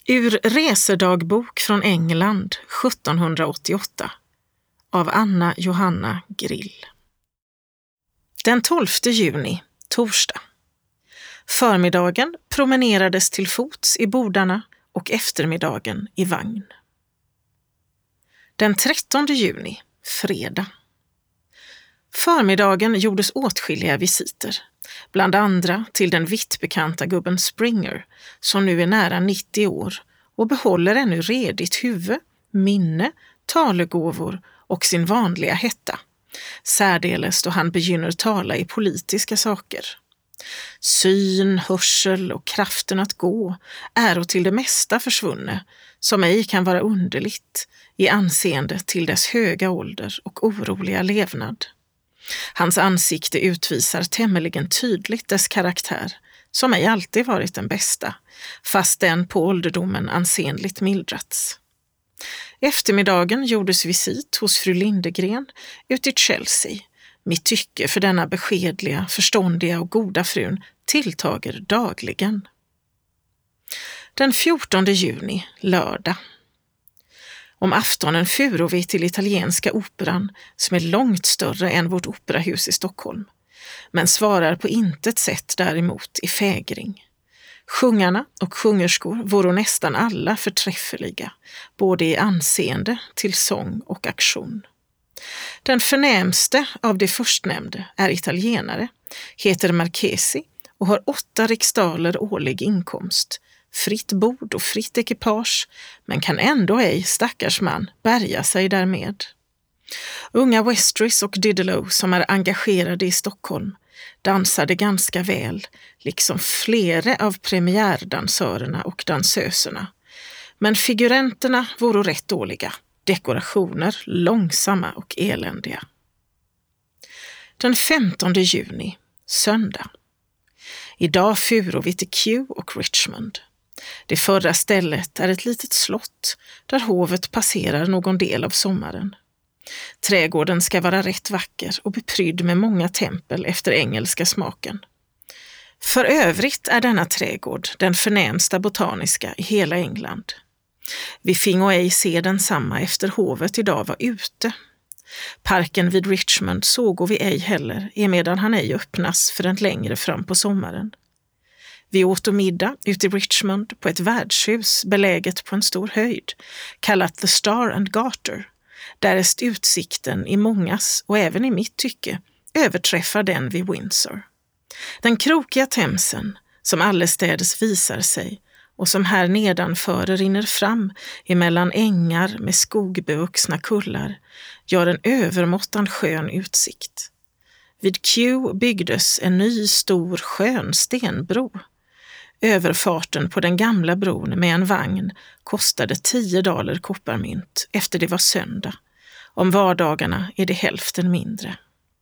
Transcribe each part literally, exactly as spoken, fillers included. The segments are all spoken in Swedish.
Ur resedagbok från England sjuttonhundraåttioåtta av Anna Johanna Grill. Den tolfte juni, torsdag. Förmiddagen promenerades till fots i Bodarna och eftermiddagen i vagn. Den trettonde juni, fredag. Förmiddagen gjordes åtskilliga visiter, bland andra till den vittbekanta gubben Springer, som nu är nära nittio år och behåller ännu redigt huvud, minne, talegåvor och sin vanliga hetta, särdeles då han begynner tala i politiska saker. Syn, hörsel och kraften att gå är och till det mesta försvunne, som ej kan vara underligt i anseende till dess höga ålder och oroliga levnad. Hans ansikte utvisar tämligen tydligt dess karaktär, som ej alltid varit den bästa, fast den på ålderdomen ansenligt mildrats. Eftermiddagen gjordes visit hos fru Lindegren ut i Chelsea. Mitt tycke för denna beskedliga, förståndiga och goda frun tilltager dagligen. Den fjortonde juni, lördag. Om aftonen furo vi till italienska operan, som är långt större än vårt operahus i Stockholm, men svarar på intet sätt däremot i fägring. Sjungarna och sjungerskor vore nästan alla förträffeliga, både i anseende till sång och aktion. Den förnämste av de förstnämnde är italienare, heter Marchesi och har åtta riksdaler årlig inkomst, fritt bord och fritt ekipage, men kan ändå ej, stackars man, bärga sig därmed. Unga Westris och Didelot, som är engagerade i Stockholm, dansade ganska väl, liksom flera av premiärdansörerna och dansöserna. Men figurenterna vore rätt dåliga, dekorationer långsamma och eländiga. Den femtonde juni, söndag. Idag furo vi till Kew och Richmond. Det förra stället är ett litet slott där hovet passerar någon del av sommaren. Trädgården ska vara rätt vacker och beprydd med många tempel efter engelska smaken. För övrigt är denna trädgård den förnämsta botaniska i hela England. Vi fingo ej se densamma efter hovet idag var ute. Parken vid Richmond såg vi ej heller, emedan han ej öppnas förrän längre fram på sommaren. Vi åt och middag ute i Richmond på ett värdshus beläget på en stor höjd, kallat The Star and Garter, därest utsikten i mångas och även i mitt tycke överträffar den vid Windsor. Den krokiga Themsen, som allestädes visar sig och som här nedanför rinner fram emellan ängar med skogbevuxna kullar, gör en övermåttan skön utsikt. Vid Kew byggdes en ny stor skön stenbro. Överfarten på den gamla bron med en vagn kostade tio daler kopparmynt efter det var söndag. Om vardagarna är det hälften mindre.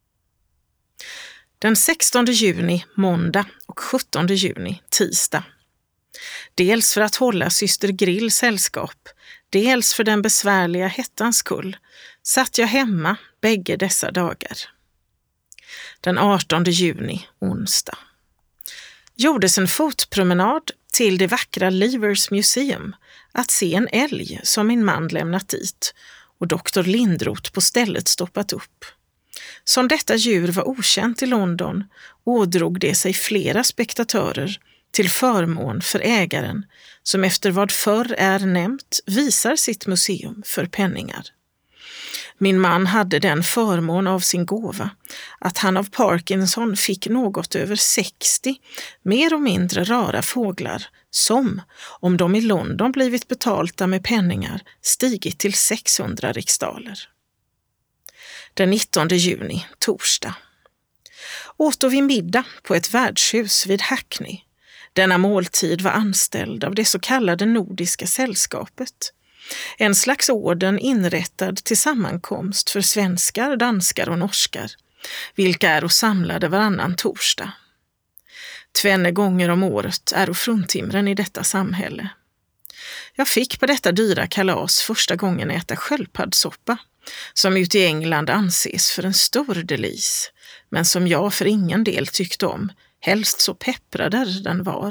Den sextonde juni, måndag och sjuttonde juni, tisdag. Dels för att hålla syster Grill sällskap, dels för den besvärliga hettans skull, satt jag hemma bägge dessa dagar. Den artonde juni, onsdag. Gjordes en fotpromenad till det vackra Leavers Museum att se en älg som min man lämnat dit och doktor Lindroth på stället stoppat upp. Som detta djur var okänt i London ådrog det sig flera spektatörer till förmån för ägaren, som efter vad förr är nämnt visar sitt museum för penningar. Min man hade den förmån av sin gåva att han av Parkinson fick något över sextio mer och mindre rara fåglar som, om de i London blivit betalta med penningar, stigit till sexhundra riksdaler. Den nittonde juni, torsdag. Åt vi middag på ett värdshus vid Hackney. Denna måltid var anställd av det så kallade Nordiska sällskapet. En slags orden inrättad till sammankomst för svenskar, danskar och norskar, vilka är och samlade varannan torsdag. Tvenne gånger om året är och fruntimren i detta samhälle. Jag fick på detta dyra kalas första gången äta sköldpaddsoppa, som ute i England anses för en stor delis, men som jag för ingen del tyckte om, helst så pepprad den var.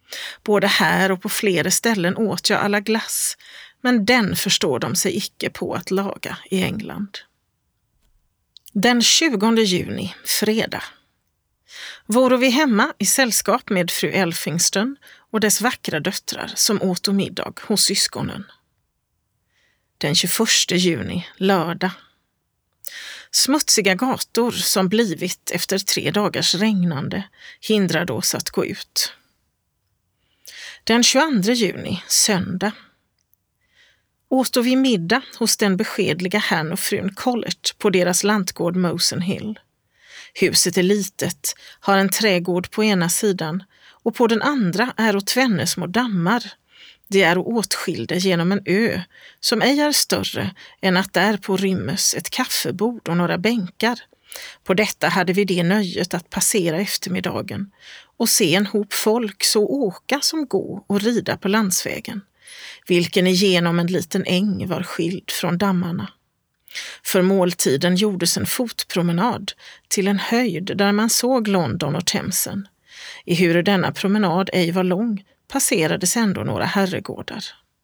Både här och på flera ställen åt jag alla glass, men den förstår de sig icke på att laga i England. Den tjugonde juni, fredag. Vore vi hemma i sällskap med fru Elphingston och dess vackra döttrar som åt middag hos syskonen. Den tjugoförsta juni, lördag. Smutsiga gator som blivit efter tre dagars regnande hindrade oss att gå ut. Den tjugoandra juni, söndag. Åt vi middag hos den beskedliga herrn och frun Collett på deras lantgård Mosen Hill. Huset är litet, har en trädgård på ena sidan och på den andra är åt tvenne små dammar. De är åtskilda genom en ö som ej är större än att där på rymmes ett kaffebord och några bänkar. På detta hade vi det nöjet att passera eftermiddagen och se en hop folk så åka som gå och rida på landsvägen, vilken igenom en liten äng var skild från dammarna. För måltiden gjordes en fotpromenad till en höjd där man såg London och Themsen. Ehuru denna promenad ej var lång passerades ändå några herregårdar.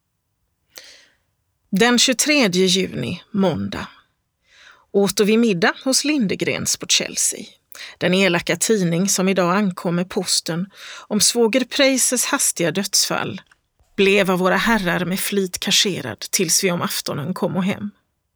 Den tjugotredje juni, måndag. Åt vi middag hos Lindegrens på Chelsea. Den elaka tidning som idag ankom med posten om svåger Preises hastiga dödsfall blev av våra herrar med flit kasserad tills vi om aftonen kom och hem.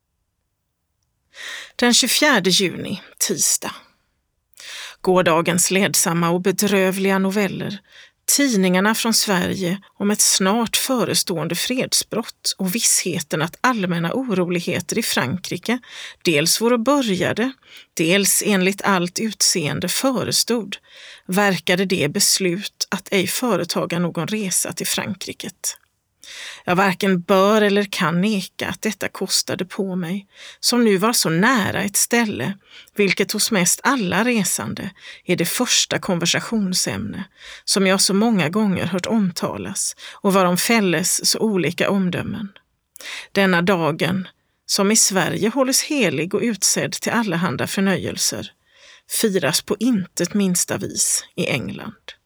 Den tjugofjärde juni, tisdag. Gårdagens ledsamma och bedrövliga noveller, tidningarna från Sverige om ett snart förestående fredsbrott och vissheten att allmänna oroligheter i Frankrike dels vore började, dels enligt allt utseende förestod, verkade det beslut att ej företaga någon resa till Frankrike. Jag varken bör eller kan neka att detta kostade på mig, som nu var så nära ett ställe, vilket hos mest alla resande är det första konversationsämne, som jag så många gånger hört omtalas och varom fälles så olika omdömen. Denna dagen, som i Sverige hålles helig och utsedd till allehanda förnöjelser, firas på intet minsta vis i England.